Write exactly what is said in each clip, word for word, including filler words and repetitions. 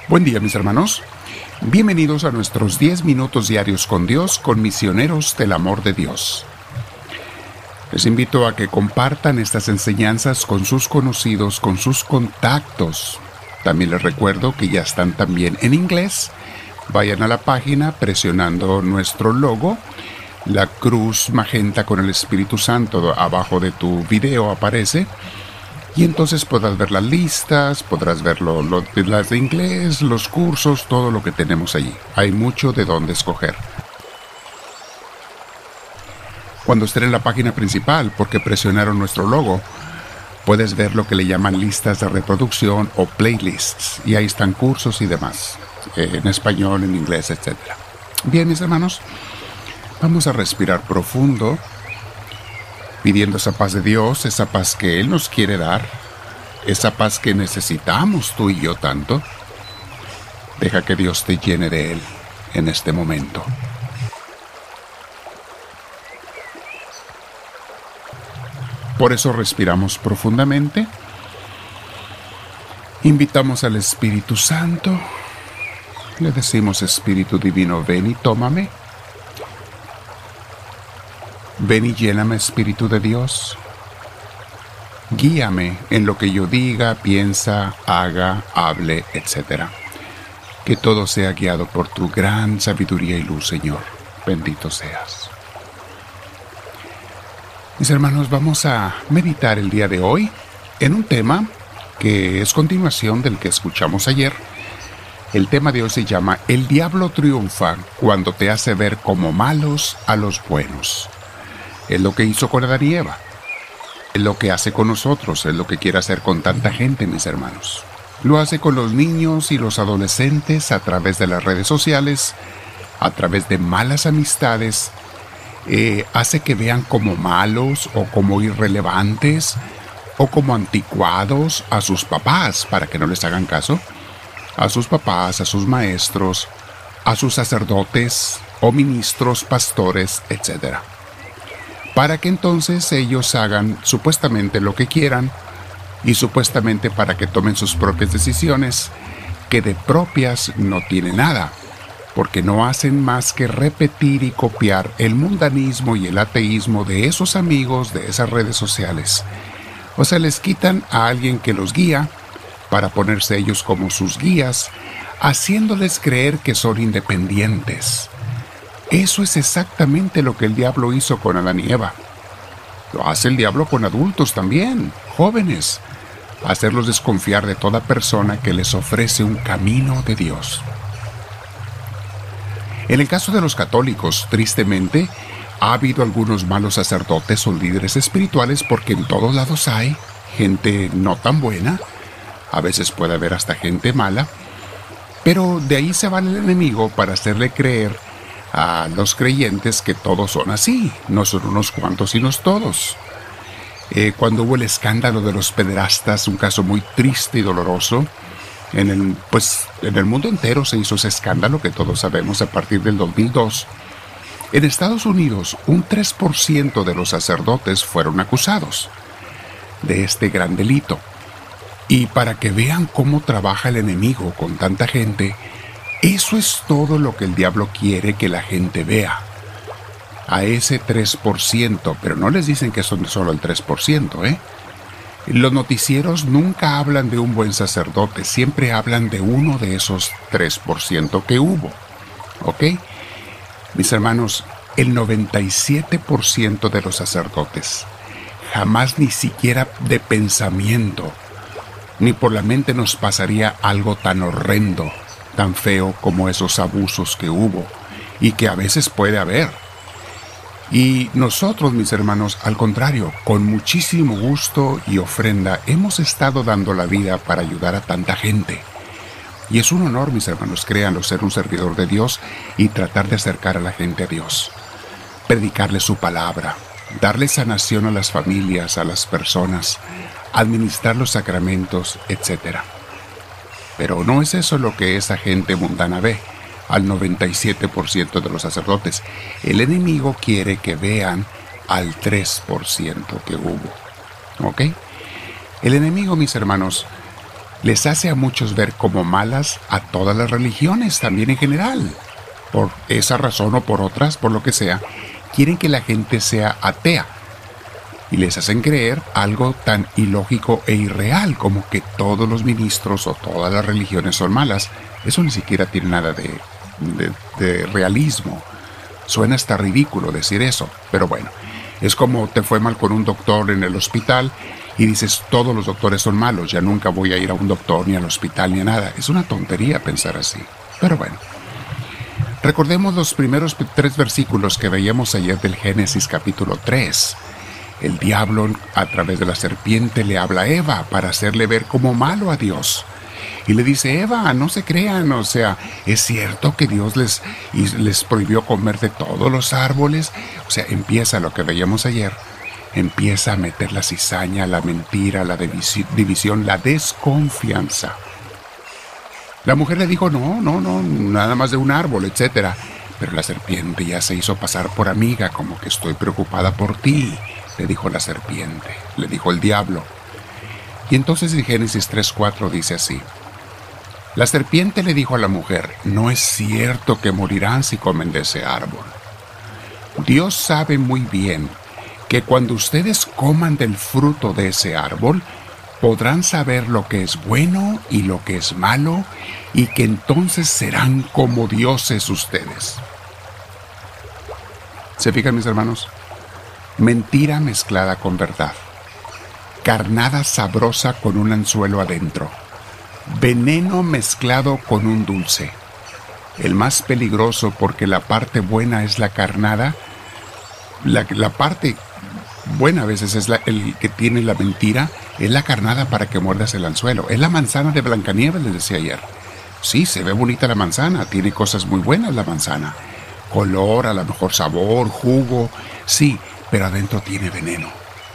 Buen día, mis hermanos. Bienvenidos a nuestros diez minutos diarios con Dios, con misioneros del amor de Dios. Les invito a que compartan estas enseñanzas con sus conocidos, con sus contactos. También les recuerdo que ya están también en inglés. Vayan a la página presionando nuestro logo, la cruz magenta con el Espíritu Santo abajo de tu video aparece. Y entonces podrás ver las listas, podrás ver lo, lo, las de inglés, los cursos, todo lo que tenemos allí. Hay mucho de dónde escoger. Cuando estén en la página principal, porque presionaron nuestro logo, puedes ver lo que le llaman listas de reproducción o playlists. Y ahí están cursos y demás, en español, en inglés, etcétera. Bien, mis hermanos, vamos a respirar profundo, pidiendo esa paz de Dios, esa paz que Él nos quiere dar, esa paz que necesitamos tú y yo tanto. Deja que Dios te llene de Él en este momento. Por eso respiramos profundamente, invitamos al Espíritu Santo, le decimos: Espíritu Divino, ven y tómame. Ven y lléname, Espíritu de Dios. Guíame en lo que yo diga, piensa, haga, hable, etcétera. Que todo sea guiado por tu gran sabiduría y luz, Señor. Bendito seas. Mis hermanos, vamos a meditar el día de hoy en un tema que es continuación del que escuchamos ayer. El tema de hoy se llama: El diablo triunfa cuando te hace ver como malos a los buenos. Es lo que hizo con Adán y Eva. Es lo que hace con nosotros. Es lo que quiere hacer con tanta gente, mis hermanos. Lo hace con los niños y los adolescentes a través de las redes sociales, a través de malas amistades. Eh, hace que vean como malos o como irrelevantes o como anticuados a sus papás, para que no les hagan caso. A sus papás, a sus maestros, a sus sacerdotes o ministros, pastores, etcétera. Para que entonces ellos hagan supuestamente lo que quieran y supuestamente para que tomen sus propias decisiones, que de propias no tienen nada, porque no hacen más que repetir y copiar el mundanismo y el ateísmo de esos amigos de esas redes sociales. O sea, les quitan a alguien que los guía para ponerse ellos como sus guías, haciéndoles creer que son independientes. Eso es exactamente lo que el diablo hizo con Adán y Eva. Lo hace el diablo con adultos también, jóvenes, hacerlos desconfiar de toda persona que les ofrece un camino de Dios. En el caso de los católicos, tristemente, ha habido algunos malos sacerdotes o líderes espirituales, porque en todos lados hay gente no tan buena, a veces puede haber hasta gente mala, pero de ahí se va el enemigo para hacerle creer a los creyentes que todos son así, no son unos cuantos sino todos. Eh, cuando hubo el escándalo de los pederastas, un caso muy triste y doloroso, en el, pues, en el mundo entero se hizo ese escándalo que todos sabemos a partir del dos mil dos. En Estados Unidos, un tres por ciento de los sacerdotes fueron acusados de este gran delito. Y para que vean cómo trabaja el enemigo con tanta gente, eso es todo lo que el diablo quiere que la gente vea. A ese tres por ciento, pero no les dicen que son solo el tres por ciento, ¿eh? Los noticieros nunca hablan de un buen sacerdote, siempre hablan de uno de esos tres por ciento que hubo, ¿ok? Mis hermanos, el noventa y siete por ciento de los sacerdotes jamás ni siquiera de pensamiento, ni por la mente nos pasaría algo tan horrendo, tan feo como esos abusos que hubo y que a veces puede haber. Y nosotros, mis hermanos, al contrario, con muchísimo gusto y ofrenda, hemos estado dando la vida para ayudar a tanta gente. Y es un honor, mis hermanos, créanlo, ser un servidor de Dios y tratar de acercar a la gente a Dios. Predicarle su palabra, darle sanación a las familias, a las personas, administrar los sacramentos, etcétera. Pero no es eso lo que esa gente mundana ve, al noventa y siete por ciento de los sacerdotes. El enemigo quiere que vean al tres por ciento que hubo. ¿Ok? El enemigo, mis hermanos, les hace a muchos ver como malas a todas las religiones, también en general. Por esa razón o por otras, por lo que sea, quieren que la gente sea atea. Y les hacen creer algo tan ilógico e irreal como que todos los ministros o todas las religiones son malas. Eso ni siquiera tiene nada de, de, de realismo. Suena hasta ridículo decir eso, pero bueno. Es como te fue mal con un doctor en el hospital y dices, todos los doctores son malos, ya nunca voy a ir a un doctor ni al hospital ni a nada. Es una tontería pensar así, pero bueno. Recordemos los primeros tres versículos que veíamos ayer del Génesis capítulo tres. El diablo a través de la serpiente le habla a Eva para hacerle ver como malo a Dios. Y le dice, Eva, no se crean, o sea, ¿es cierto que Dios les, les prohibió comer de todos los árboles? O sea, empieza lo que veíamos ayer. Empieza a meter la cizaña, la mentira, la división, la desconfianza. La mujer le dijo, no, no, no, nada más de un árbol, etcétera. Pero la serpiente ya se hizo pasar por amiga, como que estoy preocupada por ti, le dijo la serpiente, le dijo el diablo. Y entonces en Génesis tres cuatro dice así. La serpiente le dijo a la mujer, no es cierto que morirán si comen de ese árbol. Dios sabe muy bien que cuando ustedes coman del fruto de ese árbol, podrán saber lo que es bueno y lo que es malo, y que entonces serán como dioses ustedes. ¿Se fijan, mis hermanos? Mentira mezclada con verdad. Carnada sabrosa con un anzuelo adentro. Veneno mezclado con un dulce. El más peligroso porque la parte buena es la carnada. La, la parte buena a veces es la, el que tiene la mentira, es la carnada para que muerdas el anzuelo. Es la manzana de Blancanieves, les decía ayer. Sí, se ve bonita la manzana, tiene cosas muy buenas la manzana. Color, a lo mejor sabor, jugo, sí, pero adentro tiene veneno.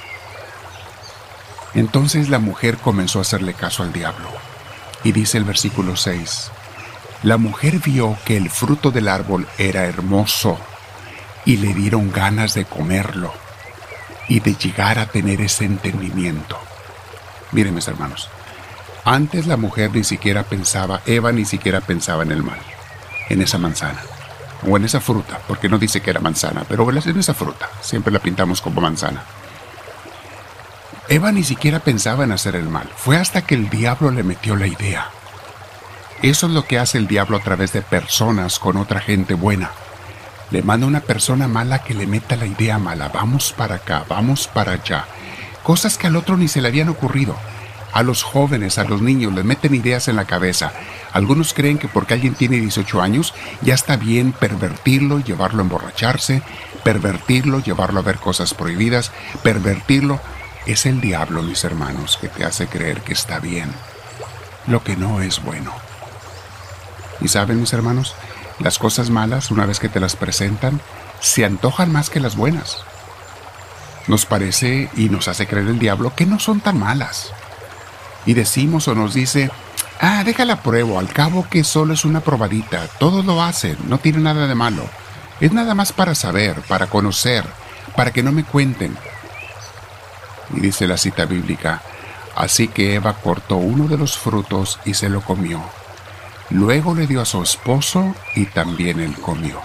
Entonces la mujer comenzó a hacerle caso al diablo. Y dice el versículo seis, la mujer vio que el fruto del árbol era hermoso y le dieron ganas de comerlo y de llegar a tener ese entendimiento. Miren, mis hermanos, antes la mujer ni siquiera pensaba, Eva ni siquiera pensaba en el mal, en esa manzana, o en esa fruta, porque no dice que era manzana, pero en esa fruta, siempre la pintamos como manzana. Eva ni siquiera pensaba en hacer el mal, fue hasta que el diablo le metió la idea. Eso es lo que hace el diablo a través de personas con otra gente buena. Le manda a una persona mala que le meta la idea mala, vamos para acá, vamos para allá. Cosas que al otro ni se le habían ocurrido. A los jóvenes, a los niños, les meten ideas en la cabeza. Algunos creen que porque alguien tiene dieciocho años, ya está bien pervertirlo, llevarlo a emborracharse, pervertirlo, llevarlo a ver cosas prohibidas, pervertirlo. Es el diablo, mis hermanos, que te hace creer que está bien, lo que no es bueno. Y saben, mis hermanos, las cosas malas, una vez que te las presentan, se antojan más que las buenas. Nos parece y nos hace creer el diablo que no son tan malas. Y decimos o nos dice, ah, déjala pruebo, al cabo que solo es una probadita, todos lo hacen, no tiene nada de malo. Es nada más para saber, para conocer, para que no me cuenten. Y dice la cita bíblica, así que Eva cortó uno de los frutos y se lo comió. Luego le dio a su esposo y también él comió.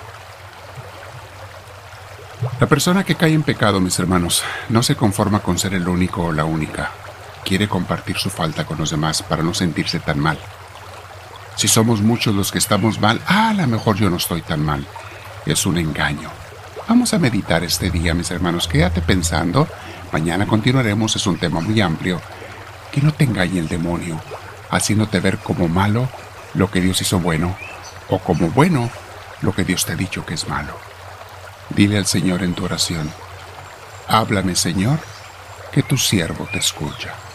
La persona que cae en pecado, mis hermanos, no se conforma con ser el único o la única. Quiere compartir su falta con los demás para no sentirse tan mal. Si somos muchos los que estamos mal, ah, a lo mejor yo no estoy tan mal. Es un engaño. Vamos a meditar este día, mis hermanos. Quédate pensando. Mañana continuaremos, es un tema muy amplio. Que no te engañe el demonio, haciéndote ver como malo lo que Dios hizo bueno, o como bueno lo que Dios te ha dicho que es malo. Dile al Señor en tu oración, háblame, Señor, que tu siervo te escucha.